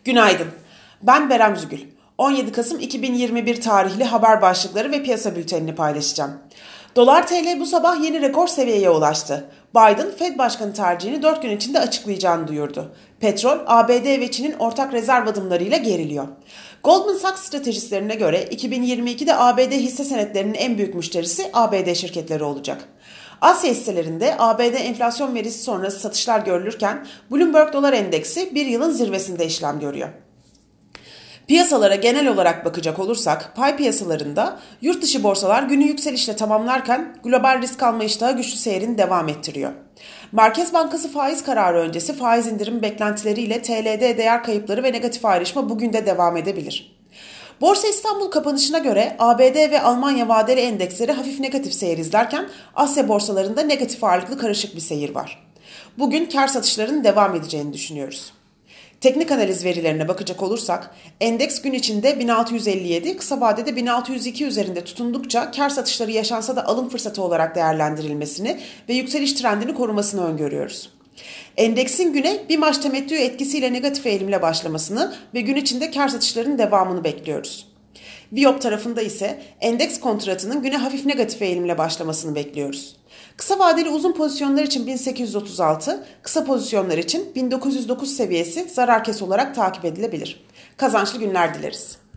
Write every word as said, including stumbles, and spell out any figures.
Günaydın. Ben Berem Zügül. on yedi Kasım iki bin yirmi bir tarihli haber başlıkları ve piyasa bültenini paylaşacağım. Dolar T L bu sabah yeni rekor seviyeye ulaştı. Biden, Fed Başkanı tercihini dört gün içinde açıklayacağını duyurdu. Petrol, A B D ve Çin'in ortak rezerv adımlarıyla geriliyor. Goldman Sachs stratejistlerine göre iki bin yirmi ikide A B D hisse senetlerinin en büyük müşterisi A B D şirketleri olacak. Asya hisselerinde A B D enflasyon verisi sonrası satışlar görülürken Bloomberg Dolar Endeksi bir yılın zirvesinde işlem görüyor. Piyasalara genel olarak bakacak olursak pay piyasalarında yurt dışı borsalar günü yükselişle tamamlarken global risk alma iştahı güçlü seyrini devam ettiriyor. Merkez Bankası faiz kararı öncesi faiz indirim beklentileriyle T L'de değer kayıpları ve negatif ayrışma bugün de devam edebilir. Borsa İstanbul kapanışına göre A B D ve Almanya vadeli endeksleri hafif negatif seyir izlerken Asya borsalarında negatif ağırlıklı karışık bir seyir var. Bugün kar satışlarının devam edeceğini düşünüyoruz. Teknik analiz verilerine bakacak olursak endeks gün içinde bin altı yüz elli yedi, kısa vadede bin altı yüz iki üzerinde tutundukça kar satışları yaşansa da alım fırsatı olarak değerlendirilmesini ve yükseliş trendini korumasını öngörüyoruz. Endeksin güne bir maç temettü etkisiyle negatif eğilimle başlamasını ve gün içinde kar satışlarının devamını bekliyoruz. Viyop tarafında ise endeks kontratının güne hafif negatif eğilimle başlamasını bekliyoruz. Kısa vadeli uzun pozisyonlar için bin sekiz yüz otuz altı, kısa pozisyonlar için bin dokuz yüz dokuz seviyesi zarar kes olarak takip edilebilir. Kazançlı günler dileriz.